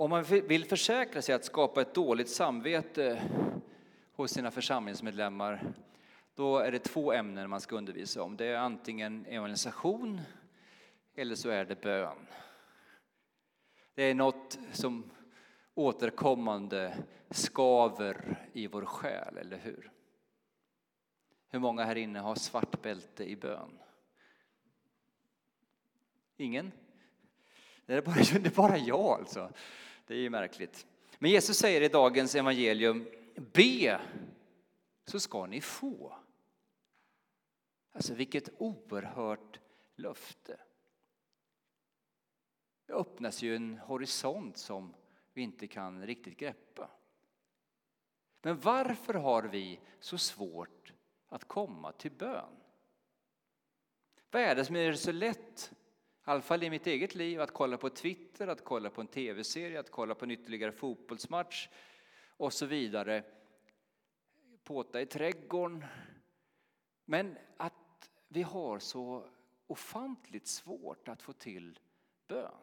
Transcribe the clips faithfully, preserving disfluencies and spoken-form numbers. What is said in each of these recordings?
Om man vill försäkra sig att skapa ett dåligt samvete hos sina församlingsmedlemmar, då är det två ämnen man ska undervisa om. Det är antingen evangelisation eller så är det bön. Det är något som återkommande skaver i vår själ, eller hur? Hur många här inne har svart bälte i bön? Ingen? Det är bara, det är bara jag alltså. Det är ju märkligt. Men Jesus säger i dagens evangelium: be så ska ni få. Alltså vilket oerhört löfte. Det öppnas ju en horisont som vi inte kan riktigt greppa. Men varför har vi så svårt att komma till bön? Vad är det som är så lätt, i alla fall i mitt eget liv, att kolla på Twitter, att kolla på en tv-serie, att kolla på en ytterligare fotbollsmatch och så vidare. Påta i trädgården. Men att vi har så ofantligt svårt att få till bön.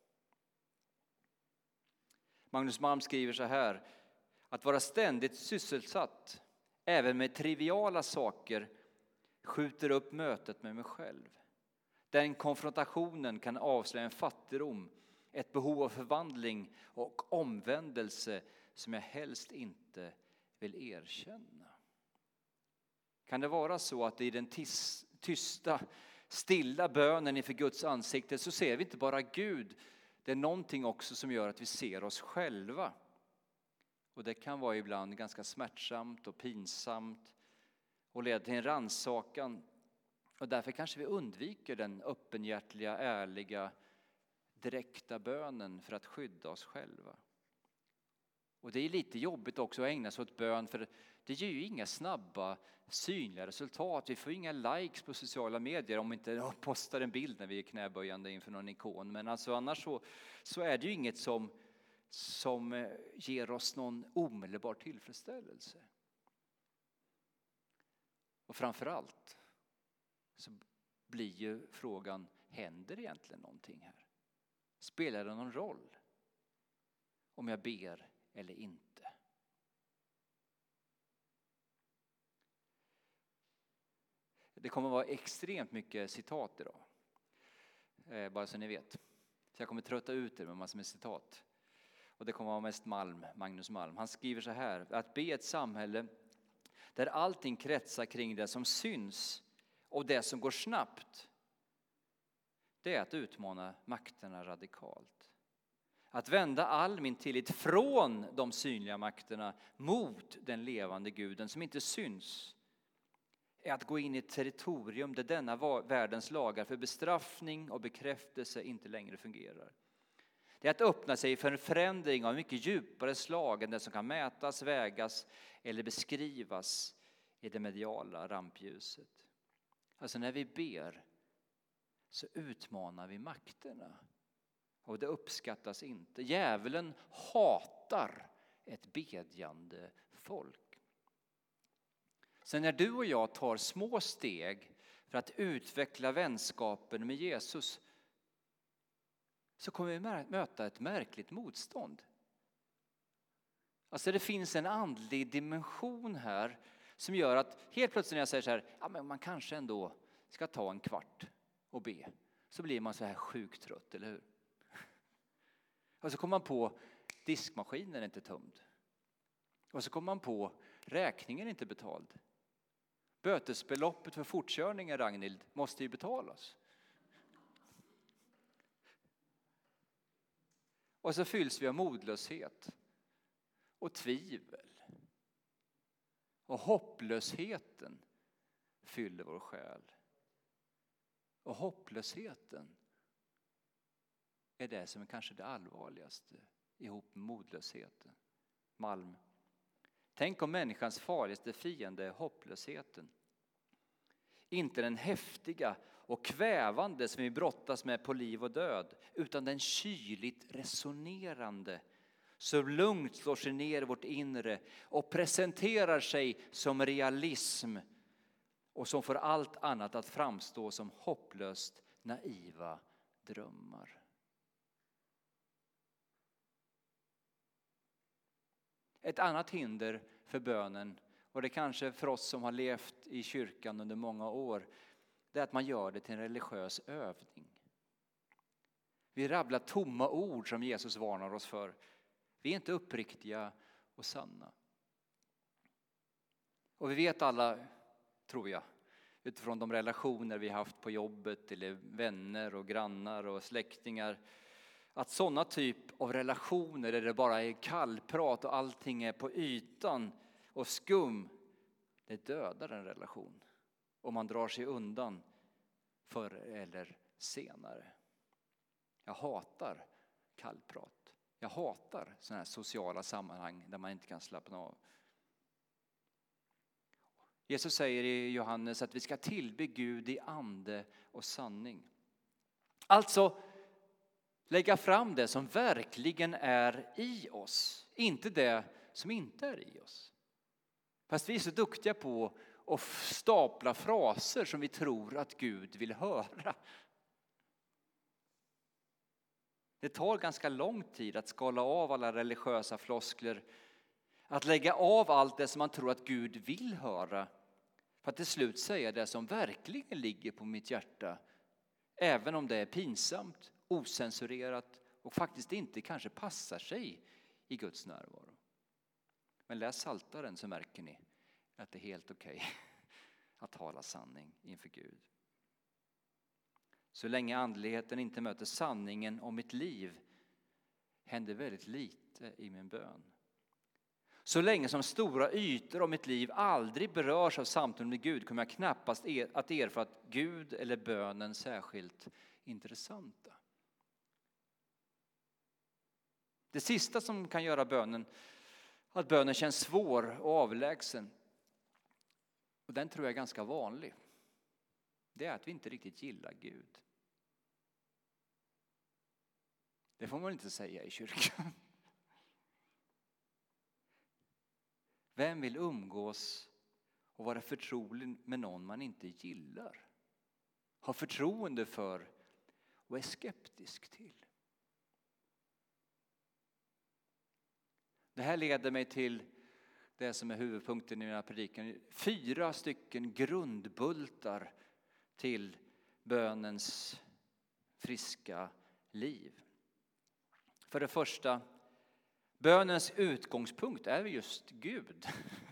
Magnus Malm skriver så här: att vara ständigt sysselsatt, även med triviala saker, skjuter upp mötet med mig själv. Den konfrontationen kan avslöja en fattigdom, ett behov av förvandling och omvändelse som jag helst inte vill erkänna. Kan det vara så att i den tis, tysta, stilla bönen inför Guds ansikte så ser vi inte bara Gud, det är någonting också som gör att vi ser oss själva. Och det kan vara ibland ganska smärtsamt och pinsamt och leda till en rannsakan. Och därför kanske vi undviker den öppenhjärtiga, ärliga, direkta bönen för att skydda oss själva. Och det är lite jobbigt också att ägna sig åt bön, för det ger ju inga snabba, synliga resultat. Vi får inga likes på sociala medier om vi inte postar en bild när vi är knäböjande inför någon ikon. Men alltså annars så, så är det ju inget som, som ger oss någon omedelbar tillfredsställelse. Och framförallt så blir ju frågan, händer egentligen någonting här? Spelar det någon roll om jag ber eller inte? Det kommer att vara extremt mycket citat idag. Eh, bara så ni vet. Så jag kommer trötta ut er med massor med citat. Och det kommer att vara mest Malm, Magnus Malm. Han skriver så här: att be ett samhälle där allting kretsar kring det som syns och det som går snabbt, det är att utmana makterna radikalt. Att vända all min tillit från de synliga makterna mot den levande guden som inte syns, är att gå in i ett territorium där denna världens lagar för bestraffning och bekräftelse inte längre fungerar. Det är att öppna sig för en förändring av mycket djupare slag än det som kan mätas, vägas eller beskrivas i det mediala rampljuset. Alltså när vi ber så utmanar vi makterna. Och det uppskattas inte. Djävulen hatar ett bedjande folk. Så när du och jag tar små steg för att utveckla vänskapen med Jesus, så kommer vi möta ett märkligt motstånd. Alltså det finns en andlig dimension här som gör att helt plötsligt när jag säger så här, ja men man kanske ändå ska ta en kvart och be, så blir man så här sjukt trött, eller hur? Och så kommer man på, diskmaskinen är inte tömd. Och så kommer man på, räkningen är inte betald. Bötesbeloppet för fortkörningen, Ragnhild, måste ju betalas. Och så fylls vi av modlöshet och tvivel. Och hopplösheten fyller vår själ. Och hopplösheten är det som är kanske det allvarligaste ihop med modlösheten. Malm. Tänk om människans farligaste fiende är hopplösheten. Inte den häftiga och kvävande som vi brottas med på liv och död, utan den kyligt resonerande som lugnt slår sig ner i vårt inre och presenterar sig som realism och som får allt annat att framstå som hopplöst naiva drömmar. Ett annat hinder för bönen, och det kanske för oss som har levt i kyrkan under många år, det är att man gör det till en religiös övning. Vi rabblar tomma ord som Jesus varnar oss för. Vi är inte uppriktiga och sanna. Och vi vet alla, tror jag, utifrån de relationer vi haft på jobbet eller vänner och grannar och släktingar, att sådana typ av relationer där det bara är kallprat och allting är på ytan och skum, det dödar en relation. Och man drar sig undan förr eller senare. Jag hatar kallprat. Jag hatar sådana här sociala sammanhang där man inte kan slappna av. Jesus säger i Johannes att vi ska tillbe Gud i ande och sanning. Alltså lägga fram det som verkligen är i oss, inte det som inte är i oss. Fast vi är så duktiga på att stapla fraser som vi tror att Gud vill höra. Det tar ganska lång tid att skala av alla religiösa floskler, att lägga av allt det som man tror att Gud vill höra, för att till slut säga det som verkligen ligger på mitt hjärta, även om det är pinsamt, osensurerat och faktiskt inte kanske passar sig i Guds närvaro. Men läs Psaltaren så märker ni att det är helt okej att tala sanning inför Gud. Så länge andligheten inte möter sanningen om mitt liv händer väldigt lite i min bön. Så länge som stora ytor av mitt liv aldrig berörs av samtal med Gud kommer jag knappast att erfara att Gud eller bönen särskilt intressanta. Det sista som kan göra bönen, att bönen känns svår och avlägsen, och den tror jag är ganska vanlig, det är att vi inte riktigt gillar Gud. Det får man inte säga i kyrkan. Vem vill umgås och vara förtrolig med någon man inte gillar? Har förtroende för och är skeptisk till? Det här leder mig till det som är huvudpunkten i mina predikan. Fyra stycken grundbultar till bönens friska liv. För det första, bönens utgångspunkt är just Gud.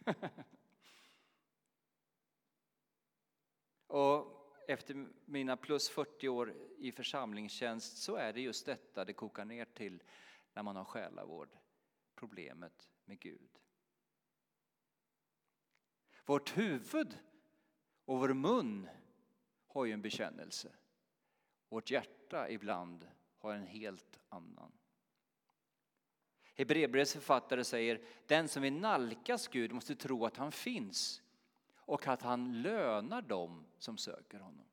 Och efter mina plus fyrtio år i församlingstjänst så är det just detta det kokar ner till när man har själavård. Problemet med Gud. Vårt huvud och vår mun har ju en bekännelse. Vårt hjärta ibland har en helt annan. Hebreerbrevets författare säger: den som vill nalkas Gud måste tro att han finns och att han lönar dem som söker honom.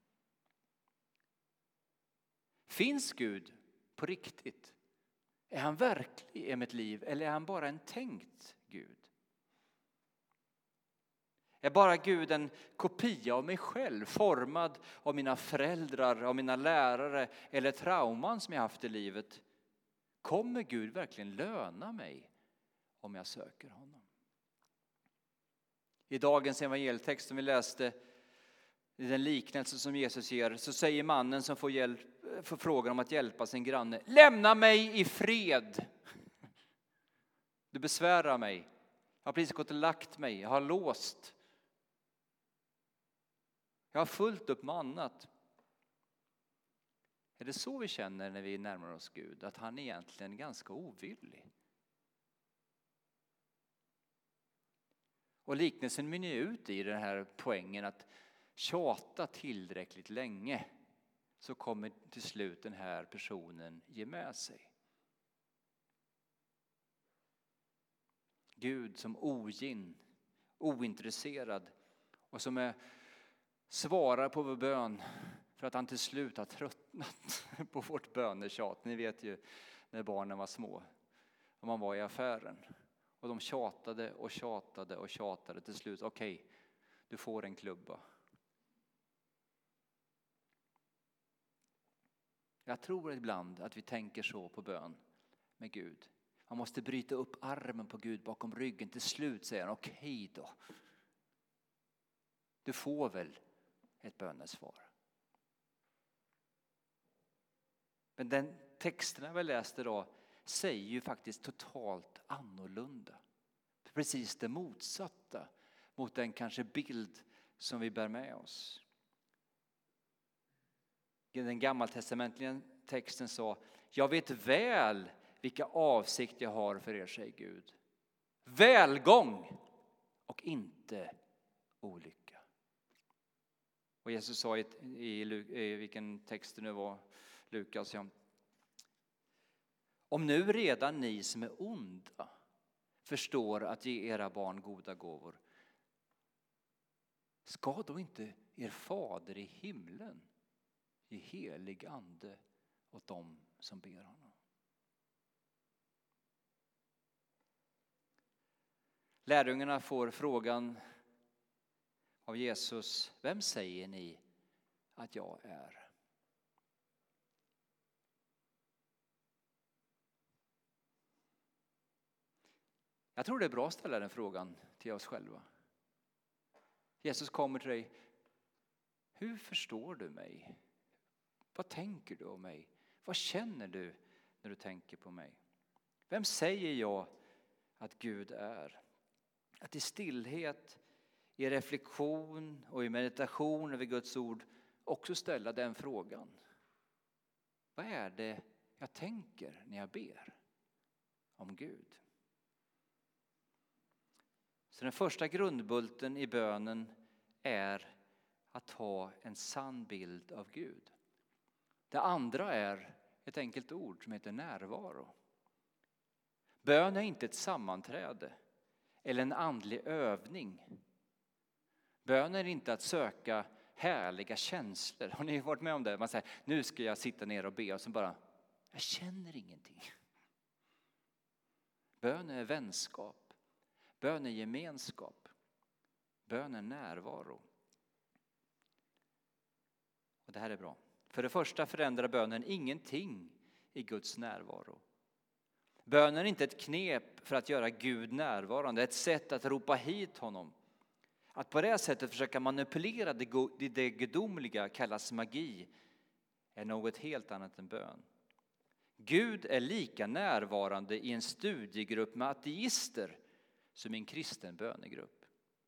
Finns Gud på riktigt? Är han verklig i mitt liv eller är han bara en tänkt Gud? Är bara Gud en kopia av mig själv, formad av mina föräldrar, av mina lärare eller trauman som jag haft i livet? Kommer Gud verkligen löna mig om jag söker honom? I dagens evangelietext som vi läste, i den liknelse som Jesus ger, så säger mannen som får, hjälp, får frågan om att hjälpa sin granne: lämna mig i fred. Du besvärar mig. Jag har precis gått och lagt mig. Jag har låst. Jag har fullt upp med annat. Är det så vi känner när vi närmar oss Gud? Att han egentligen är ganska ovillig? Och liknelsen mynnar ut i den här poängen att tjata tillräckligt länge så kommer till slut den här personen ge med sig. Gud som ogin, ointresserad och som är, svarar på vår bön för att han till slut har tröttnat på vårt bönetjat. Ni vet ju när barnen var små och man var i affären och de tjatade och tjatade och tjatade till slut. Okej, okay, du får en klubba. Jag tror ibland att vi tänker så på bön med Gud. Man måste bryta upp armen på Gud bakom ryggen. Till slut säger han, okej då. Du får väl ett bönesvar. Men den texterna vi läste då säger ju faktiskt totalt annorlunda. Precis det motsatta mot den kanske bild som vi bär med oss. I den gammaltestamentliga texten sa, jag vet väl vilka avsikter jag har för er, säger Gud. Välgång och inte olycka. Och Jesus sa i, i, i vilken text det nu var, Lukas, ja. Om nu redan ni som är onda förstår att ge era barn goda gåvor, ska då inte er fader i himlen ge helig ande åt dem som ber honom? Lärjungarna får frågan av Jesus, vem säger ni att jag är? Jag tror det är bra att ställa den frågan till oss själva. Jesus kommer till dig. Hur förstår du mig? Vad tänker du om mig? Vad känner du när du tänker på mig? Vem säger jag att Gud är? Att i stillhet, i reflektion och i meditation över Guds ord också ställa den frågan. Vad är det jag tänker när jag ber om Gud? Så den första grundbulten i bönen är att ha en sann bild av Gud. Det andra är ett enkelt ord som heter närvaro. Bön är inte ett sammanträde eller en andlig övning. Bön är inte att söka härliga känslor. Har ni varit med om det? Man säger, nu ska jag sitta ner och be och så bara, jag känner ingenting. Bön är vänskap. Bön är gemenskap. Bön är närvaro. Och det här är bra. För det första förändrar bönen ingenting i Guds närvaro. Bönen är inte ett knep för att göra Gud närvarande. Ett sätt att ropa hit honom. Att på det sättet försöka manipulera det, det gudomliga kallas magi. Är något helt annat än bön. Gud är lika närvarande i en studiegrupp med ateister som i en kristen bönegrupp.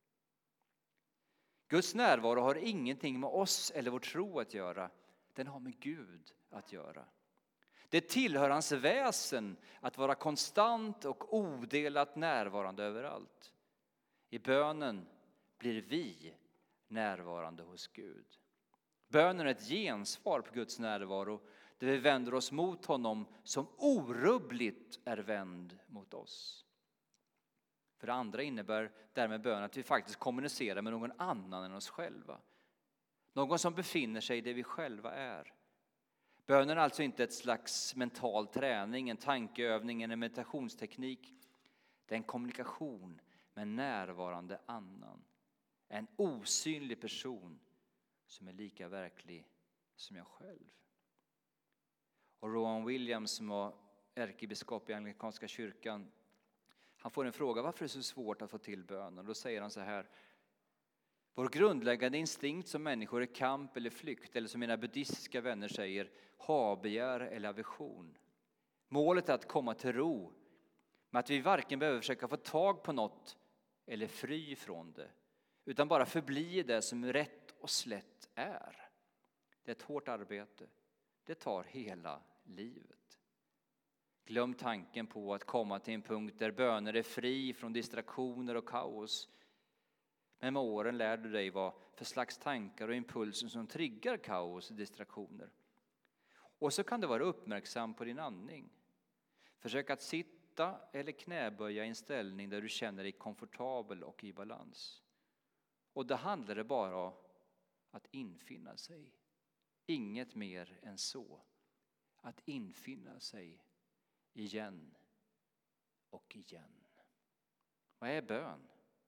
Guds närvaro har ingenting med oss eller vår tro att göra. Den har med Gud att göra. Det tillhör hans väsen att vara konstant och odelat närvarande överallt. I bönen blir vi närvarande hos Gud. Bönen är ett gensvar på Guds närvaro där vi vänder oss mot honom som orubbligt är vänd mot oss. För det andra innebär därmed bön att vi faktiskt kommunicerar med någon annan än oss själva. Någon som befinner sig där vi själva är. Bönen är alltså inte ett slags mental träning, en tankeövning, en meditationsteknik. Det är en kommunikation med en närvarande annan. En osynlig person som är lika verklig som jag själv. Och Rowan Williams som var ärkebiskop i anglikanska kyrkan, han får en fråga, varför är det så svårt att få till bönen? Då säger han så här, vår grundläggande instinkt som människor är kamp eller flykt, eller som mina buddhistiska vänner säger, habegär eller aversion. Målet är att komma till ro, med att vi varken behöver försöka få tag på något eller fly från det, utan bara förbli det som rätt och slätt är. Det är ett hårt arbete. Det tar hela livet. Glöm tanken på att komma till en punkt där böner är fri från distraktioner och kaos. Men med åren lär du dig vad för slags tankar och impulser som triggar kaos och distraktioner. Och så kan du vara uppmärksam på din andning. Försök att sitta eller knäböja i en ställning där du känner dig komfortabel och i balans. Och det handlar det bara om att infinna sig. Inget mer än så. Att infinna sig igen och igen. Vad är bön?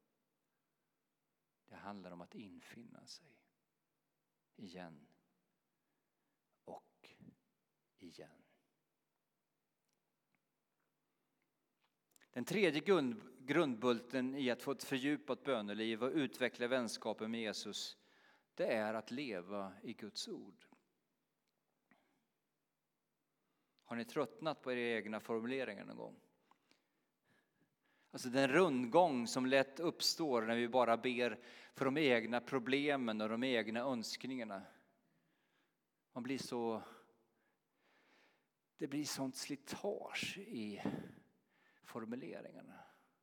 Det handlar om att infinna sig igen och igen. Den tredje grund, grundbulten i att få ett fördjupat böneliv och utveckla vänskapen med Jesus, det är att leva i Guds ord. Har ni tröttnat på era egna formuleringar någon gång? Alltså den rundgång som lätt uppstår när vi bara ber för de egna problemen och de egna önskningarna. Man blir så, det blir sånt slitage i formuleringarna.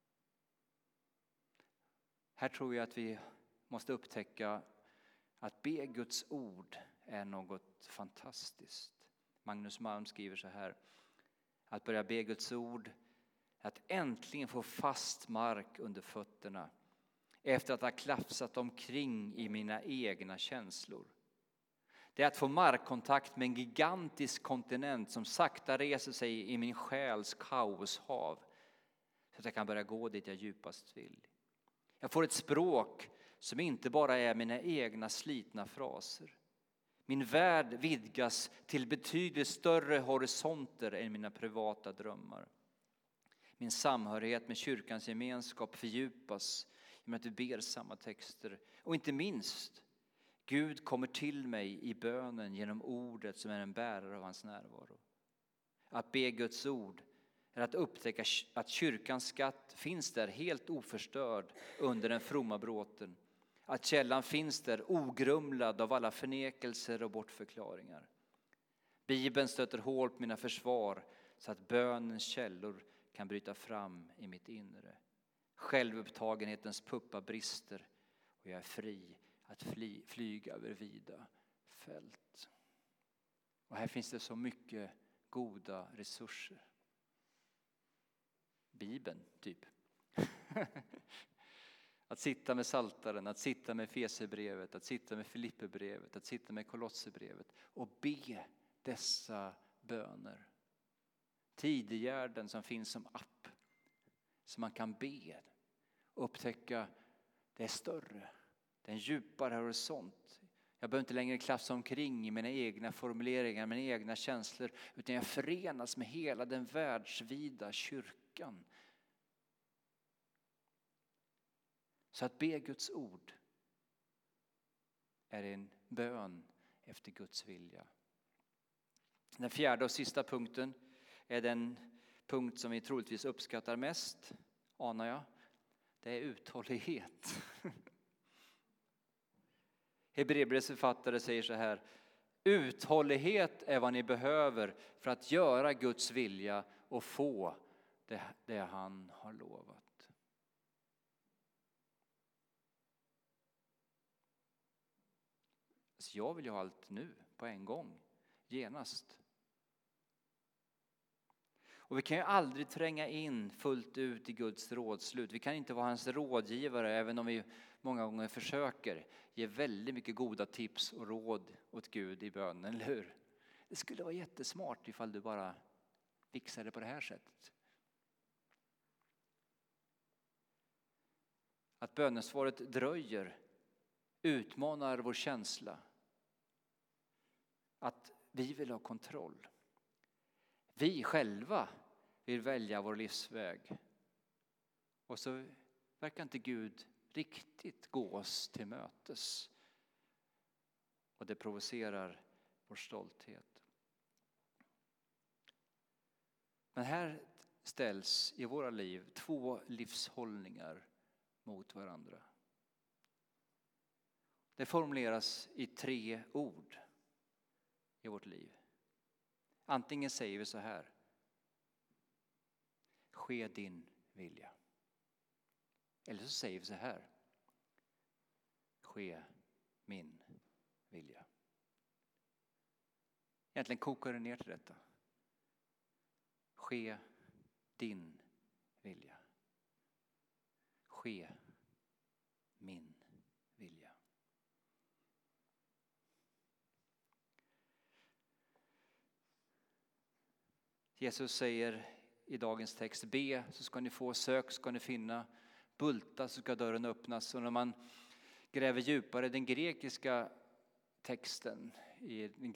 Här tror jag att vi måste upptäcka att be Guds ord är något fantastiskt. Magnus Malm skriver så här: att börja be Guds ord, att äntligen få fast mark under fötterna efter att ha klafsat omkring i mina egna känslor. Det är att få markkontakt med en gigantisk kontinent som sakta reser sig i min själs kaoshav så att jag kan börja gå dit jag djupast vill. Jag får ett språk som inte bara är mina egna slitna fraser. Min värld vidgas till betydligt större horisonter än mina privata drömmar. Min samhörighet med kyrkans gemenskap fördjupas genom att vi ber samma texter. Och inte minst, Gud kommer till mig i bönen genom ordet som är en bärare av hans närvaro. Att be Guds ord är att upptäcka att kyrkans skatt finns där helt oförstörd under den fromma bråten. Att källan finns där ogrumlad av alla förnekelser och bortförklaringar. Bibeln stöter hål på mina försvar så att bönens källor kan bryta fram i mitt inre. Självupptagenhetens puppar brister och jag är fri att fly, flyga över vida fält. Och här finns det så mycket goda resurser. Bibeln, typ. Att sitta med Saltaren, att sitta med Efesierbrevet, att sitta med Filipperbrevet, att sitta med Kolosserbrevet och be dessa böner. Tidegärden som finns som app, så man kan be och upptäcka det är större, det är en djupare horisont. Jag behöver inte längre klafsa omkring i mina egna formuleringar, mina egna känslor, utan jag förenas med hela den världsvida kyrkan. Så att be Guds ord är en bön efter Guds vilja. Den fjärde och sista punkten är den punkt som vi troligtvis uppskattar mest, anar jag. Det är uthållighet. Hebreerbrevets författare säger så här: uthållighet är vad ni behöver för att göra Guds vilja och få det, det han har lovat. Så jag vill ju ha allt nu, på en gång, genast. Och vi kan ju aldrig tränga in fullt ut i Guds rådslut. Vi kan inte vara hans rådgivare, även om vi många gånger försöker ge väldigt mycket goda tips och råd åt Gud i bönen, eller hur? Det skulle vara jättesmart ifall du bara fixar det på det här sättet. Att bönesvaret dröjer utmanar vår känsla att vi vill ha kontroll. Vi själva vill välja vår livsväg. Och så verkar inte Gud riktigt gå oss till mötes. Och det provocerar vår stolthet. Men här ställs i våra liv två livshållningar mot varandra. Det formuleras i tre ord i vårt liv. Antingen säger vi så här: ske din vilja. Eller så säger vi så här: ske min vilja. Egentligen kokar det ner till detta. Ske din vilja. Ske min vilja. Jesus säger i dagens text: be så ska ni få, sök ska ni finna, bulta så ska dörren öppnas. Och när man gräver djupare i den grekiska texten, i den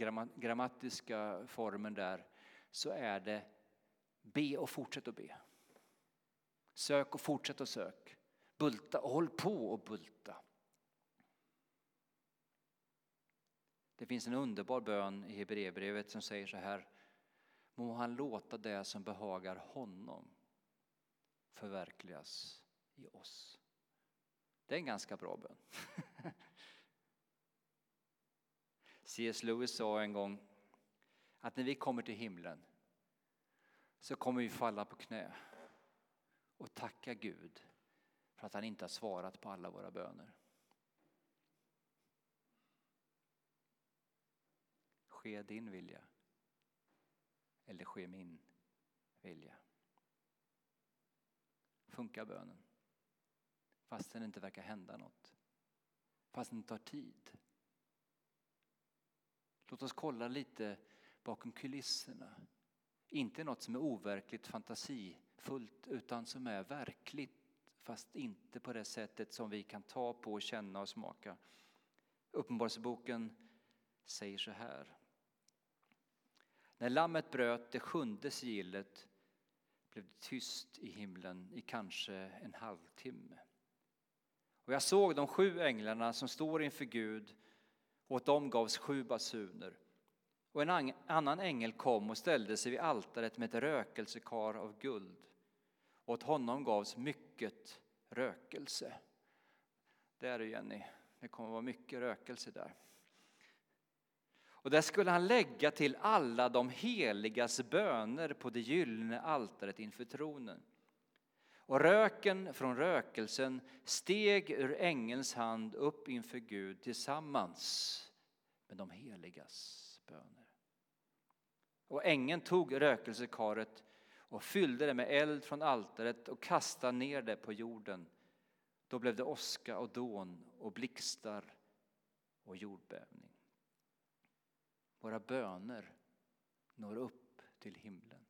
grammatiska formen där, så är det be och fortsätt att be. Sök och fortsätt att sök. Bulta och håll på och bulta. Det finns en underbar bön i Hebreerbrevet som säger så här: må han låta det som behagar honom förverkligas i oss. Det är en ganska bra bön. C S Lewis sa en gång att när vi kommer till himlen så kommer vi falla på knä och tacka Gud för att han inte har svarat på alla våra böner. Ske din vilja eller ske min vilja. Funkar bönen? Fast det inte verkar hända något. Fast det tar tid. Låt oss kolla lite bakom kulisserna. Inte något som är overkligt fantasifullt utan som är verkligt, fast inte på det sättet som vi kan ta på, känna och smaka. Uppenbarelseboken säger så här: när lammet bröt det sjunde sigillet blev det tyst i himlen i kanske en halvtimme. Och jag såg de sju änglarna som står inför Gud, och åt dem gavs sju basuner. Och en annan ängel kom och ställde sig vid altaret med ett rökelsekar av guld. Och åt honom gavs mycket rökelse. Där är Jenny, det kommer vara mycket rökelse där. Och där skulle han lägga till alla de heligas böner på det gyllene altaret inför tronen. Och röken från rökelsen steg ur ängelns hand upp inför Gud tillsammans med de heligas böner. Och ängeln tog rökelsekaret och fyllde det med eld från altaret och kastade ner det på jorden. Då blev det åska och dån och blixtar och jordbävning. Våra böner når upp till himlen.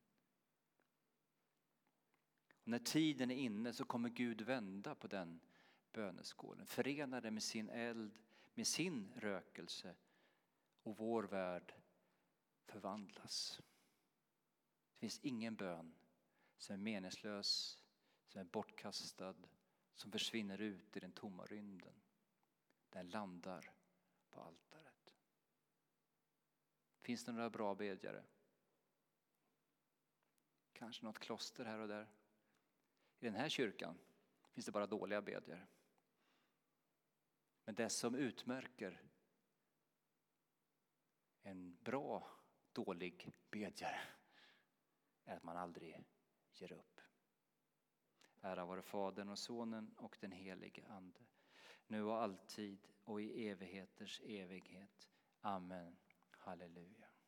Och när tiden är inne så kommer Gud vända på den böneskålen. Förena det med sin eld, med sin rökelse, och vår värld förvandlas. Det finns ingen bön som är meningslös, som är bortkastad, som försvinner ut i den tomma rymden. Den landar på altaret. Finns det några bra bedjare? Kanske något kloster här och där. I den här kyrkan finns det bara dåliga bedjare. Men det som utmärker en bra, dålig bedjare är att man aldrig ger upp. Ära vare Fadern och Sonen och den helige Ande, nu och alltid och i evigheters evighet. Amen. Halleluja.